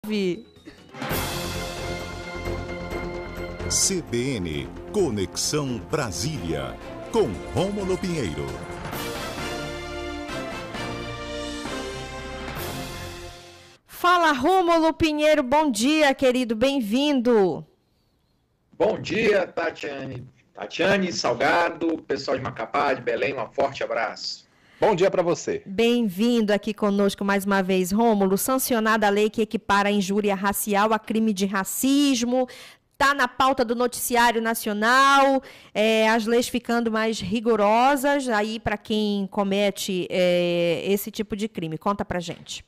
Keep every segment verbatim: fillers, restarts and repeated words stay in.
nove. C B N Conexão Brasília, com Rômulo Pinheiro. Fala, Rômulo Pinheiro, bom dia, querido, bem-vindo. Bom dia, Tatiane, Tatiane Salgado, pessoal de Macapá, de Belém, um forte abraço. Bom dia para você. Bem-vindo aqui conosco mais uma vez, Rômulo. Sancionada a lei que equipara a injúria racial a crime de racismo. Está na pauta do noticiário nacional, é, as leis ficando mais rigorosas aí para quem comete é, esse tipo de crime. Conta pra gente.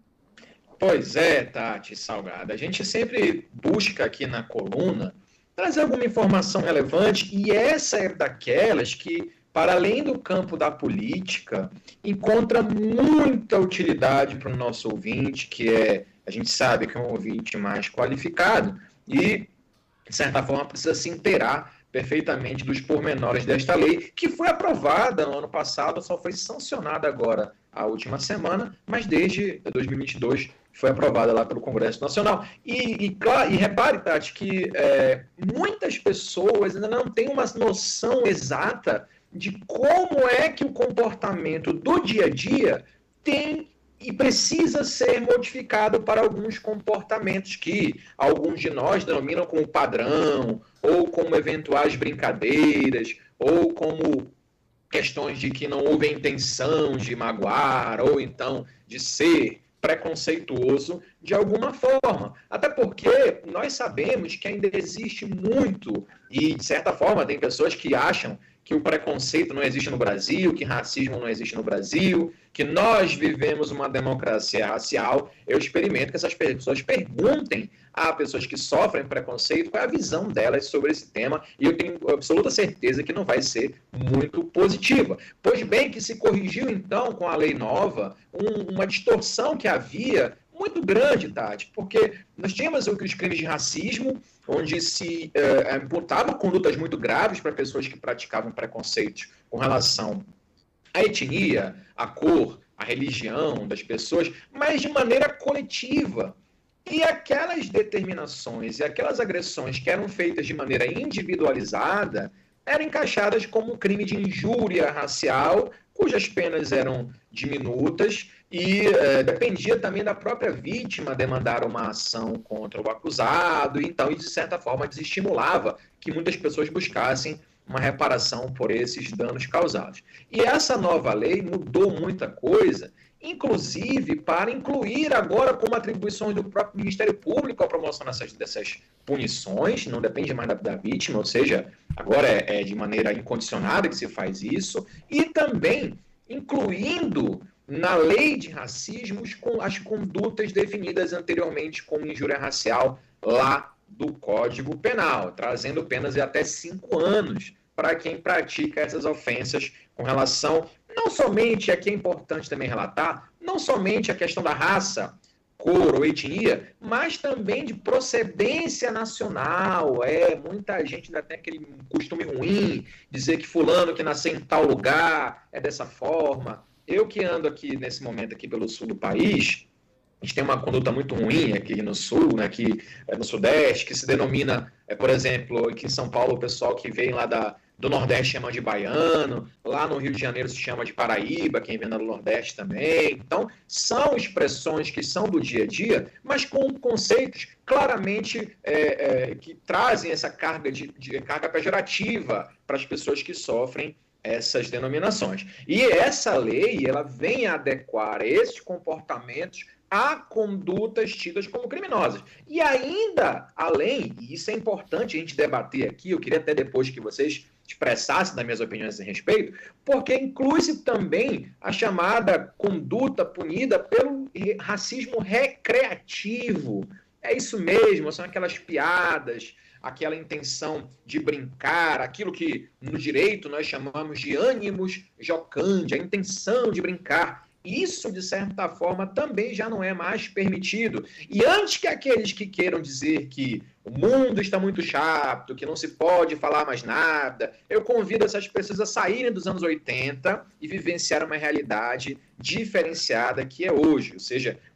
Pois é, Tati Salgado. A gente sempre busca aqui na coluna trazer alguma informação relevante, e essa é daquelas que, para além do campo da política, encontra muita utilidade para o nosso ouvinte, que é, a gente sabe que é um ouvinte mais qualificado e, de certa forma, precisa se inteirar perfeitamente dos pormenores desta lei, que foi aprovada no ano passado, só foi sancionada agora a última semana, mas desde dois mil e vinte e dois foi aprovada lá pelo Congresso Nacional. E, e, claro, e repare, Tati, que é, muitas pessoas ainda não têm uma noção exata de como é que o comportamento do dia a dia tem e precisa ser modificado para alguns comportamentos que alguns de nós denominam como padrão, ou como eventuais brincadeiras, ou como questões de que não houve a intenção de magoar, ou então de ser preconceituoso de alguma forma. Até porque nós sabemos que ainda existe muito, e de certa forma tem pessoas que acham que o preconceito não existe no Brasil, que racismo não existe no Brasil, que nós vivemos uma democracia racial. Eu experimento que essas pessoas perguntem a pessoas que sofrem preconceito qual é a visão delas sobre esse tema, e eu tenho absoluta certeza que não vai ser muito positiva. Pois bem, que se corrigiu então com a lei nova um, uma distorção que havia muito grande, Tati, porque nós tínhamos os crimes de racismo, onde se uh, imputavam condutas muito graves para pessoas que praticavam preconceitos com relação à etnia, à cor, à religião das pessoas, mas de maneira coletiva. E aquelas determinações e aquelas agressões que eram feitas de maneira individualizada eram encaixadas como crime de injúria racial, cujas penas eram diminutas, e eh, dependia também da própria vítima demandar uma ação contra o acusado, então, e de certa forma, desestimulava que muitas pessoas buscassem uma reparação por esses danos causados. E essa nova lei mudou muita coisa, inclusive para incluir agora como atribuições do próprio Ministério Público a promoção dessas, dessas punições, não depende mais da, da vítima, ou seja, agora é, é de maneira incondicionada que se faz isso, e também incluindo na lei de racismos com as condutas definidas anteriormente como injúria racial lá do Código Penal, trazendo penas de até cinco anos para quem pratica essas ofensas com relação, não somente, aqui é importante também relatar, não somente a questão da raça, cor ou etnia, mas também de procedência nacional. É, muita gente ainda tem aquele costume ruim, dizer que fulano que nasceu em tal lugar é dessa forma. Eu que ando aqui, nesse momento, aqui pelo sul do país, a gente tem uma conduta muito ruim aqui no sul, né, aqui no sudeste, que se denomina, é, por exemplo, aqui em São Paulo, o pessoal que vem lá da, do Nordeste chama de baiano, lá no Rio de Janeiro se chama de Paraíba, quem vem do Nordeste também. Então, são expressões que são do dia a dia, mas com conceitos claramente é, é, que trazem essa carga, de, de, carga pejorativa para as pessoas que sofrem essas denominações. E essa lei, ela vem adequar esses comportamentos a condutas tidas como criminosas. E ainda, além, e isso é importante a gente debater aqui, eu queria até depois que vocês expressassem das minhas opiniões a respeito, porque inclui-se também a chamada conduta punida pelo racismo recreativo. É isso mesmo, são aquelas piadas, aquela intenção de brincar, aquilo que no direito nós chamamos de ânimos jocandi, a intenção de brincar. Isso, de certa forma, também já não é mais permitido. E antes que aqueles que queiram dizer que o mundo está muito chato, que não se pode falar mais nada, eu convido essas pessoas a saírem dos anos oitenta e vivenciar uma realidade diferenciada que é hoje. Ou seja,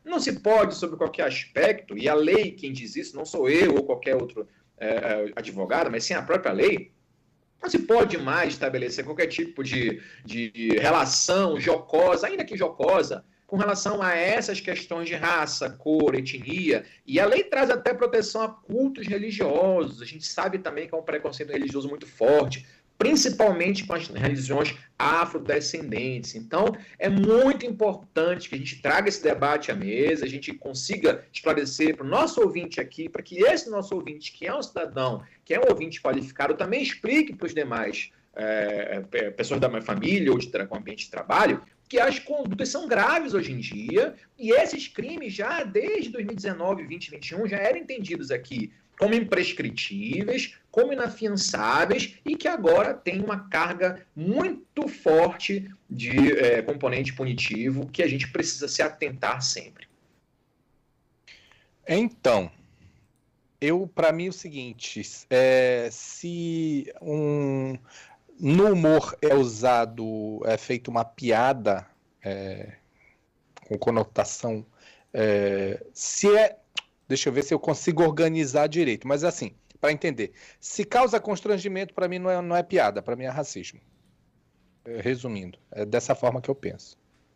Não se pode, sobre qualquer aspecto, e a lei quem diz isso, não sou eu ou qualquer outro é, advogado, mas sim a própria lei, não se pode mais estabelecer qualquer tipo de, de relação jocosa, ainda que jocosa, com relação a essas questões de raça, cor, etnia. E a lei traz até proteção a cultos religiosos. A gente sabe também que é um preconceito religioso muito forte, principalmente com as religiões afrodescendentes. Então, é muito importante que a gente traga esse debate à mesa, a gente consiga esclarecer para o nosso ouvinte aqui, para que esse nosso ouvinte, que é um cidadão, que é um ouvinte qualificado, também explique para os demais é, pessoas da minha família ou de com ambiente de trabalho, que as condutas são graves hoje em dia, e esses crimes já desde dois mil e dezenove, vinte e vinte e um já eram entendidos aqui como imprescritíveis, como inafiançáveis, e que agora tem uma carga muito forte de é, componente punitivo que a gente precisa se atentar sempre. Então, eu para mim é o seguinte, é, se um, no humor é usado, é feita uma piada é, com conotação, é, se é, deixa eu ver se eu consigo organizar direito, mas assim, para entender, se causa constrangimento, para mim não é, não é piada, para mim é racismo. Resumindo, é dessa forma que eu penso.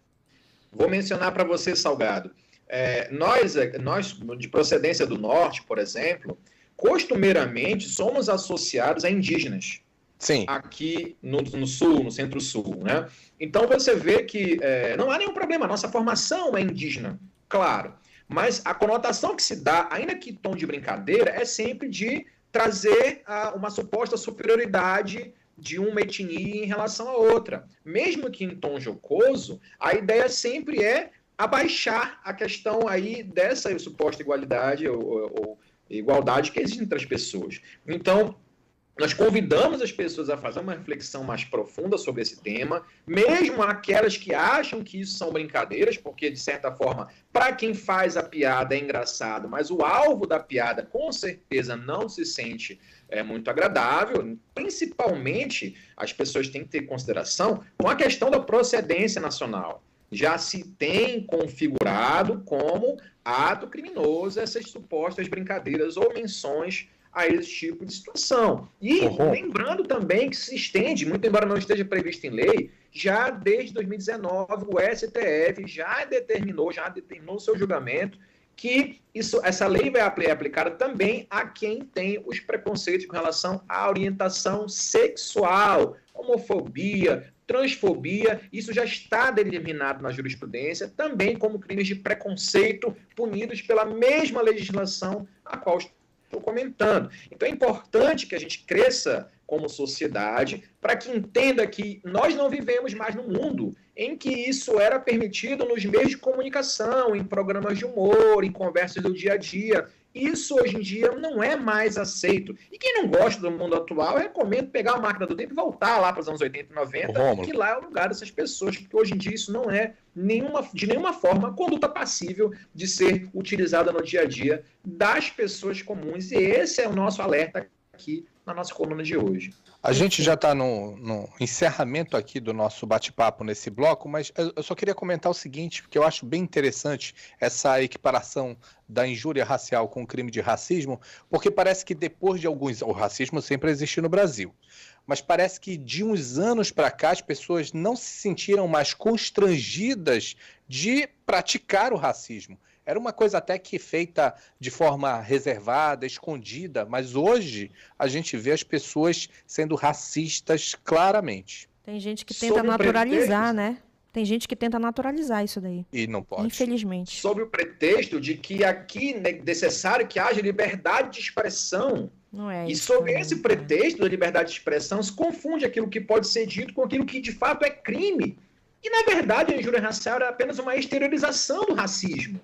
Vou mencionar para você, Salgado. É, nós, nós, de procedência do norte, por exemplo, costumeiramente somos associados a indígenas. Sim. Aqui no, no sul, no centro-sul, né? Então você vê que é, não há nenhum problema, a nossa formação é indígena, claro. Mas a conotação que se dá, ainda que em tom de brincadeira, é sempre de trazer a, uma suposta superioridade de uma etnia em relação à outra. Mesmo que em tom jocoso, a ideia sempre é abaixar a questão aí dessa suposta igualdade ou, ou igualdade que existe entre as pessoas. Então, nós convidamos as pessoas a fazer uma reflexão mais profunda sobre esse tema, mesmo aquelas que acham que isso são brincadeiras, porque, de certa forma, para quem faz a piada é engraçado, mas o alvo da piada, com certeza, não se sente é, muito agradável. Principalmente, as pessoas têm que ter consideração com a questão da procedência nacional. Já se tem configurado como ato criminoso essas supostas brincadeiras ou menções a esse tipo de situação. E uhum. lembrando também que se estende, muito embora não esteja previsto em lei, já desde dois mil e dezenove o S T F já determinou, já determinou o seu julgamento que isso, essa lei vai ser aplicada também a quem tem os preconceitos com relação à orientação sexual, homofobia, transfobia. Isso já está determinado na jurisprudência, também como crimes de preconceito punidos pela mesma legislação a qual estou comentando. Então é importante que a gente cresça como sociedade para que entenda que nós não vivemos mais num mundo em que isso era permitido nos meios de comunicação, em programas de humor, em conversas do dia a dia. Isso hoje em dia não é mais aceito. E quem não gosta do mundo atual, eu recomendo pegar a máquina do tempo e voltar lá para os anos oitenta e noventa, que lá é o lugar dessas pessoas, porque hoje em dia isso não é nenhuma, de nenhuma forma conduta passível de ser utilizada no dia a dia das pessoas comuns. E esse é o nosso alerta aqui na nossa coluna de hoje. A gente já está no, no encerramento aqui do nosso bate-papo nesse bloco, mas eu só queria comentar o seguinte, porque eu acho bem interessante essa equiparação da injúria racial com o crime de racismo, porque parece que depois de alguns... O racismo sempre existiu no Brasil, mas parece que de uns anos para cá as pessoas não se sentiram mais constrangidas de praticar o racismo. Era uma coisa até que feita de forma reservada, escondida, mas hoje a gente vê as pessoas sendo racistas claramente. Tem gente que tenta naturalizar, né? Tem gente que tenta naturalizar isso daí. E não pode. Infelizmente. Sob o pretexto de que aqui é necessário que haja liberdade de expressão. Não é e isso, sob não, esse né? pretexto da liberdade de expressão, se confunde aquilo que pode ser dito com aquilo que de fato é crime. E, na verdade, a injúria racial era apenas uma exteriorização do racismo.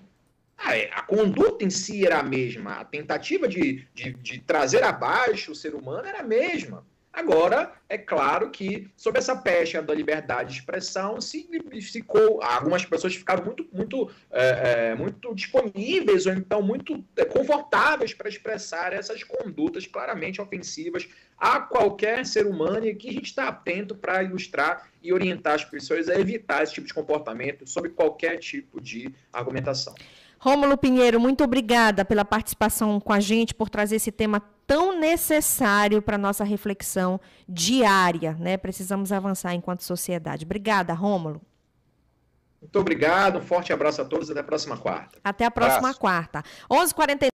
A conduta em si era a mesma, a tentativa de, de, de trazer abaixo o ser humano era a mesma. Agora, é claro que, sob essa pecha da liberdade de expressão, se ficou, algumas pessoas ficaram muito, muito, é, é, muito disponíveis ou então muito confortáveis para expressar essas condutas claramente ofensivas a qualquer ser humano, e aqui a gente está atento para ilustrar e orientar as pessoas a evitar esse tipo de comportamento sob qualquer tipo de argumentação. Rômulo Pinheiro, muito obrigada pela participação com a gente, por trazer esse tema tão necessário para a nossa reflexão diária, né? Precisamos avançar enquanto sociedade. Obrigada, Rômulo. Muito obrigado, um forte abraço a todos e até a próxima quarta. Até a próxima Abraço. quarta. onze e quarenta e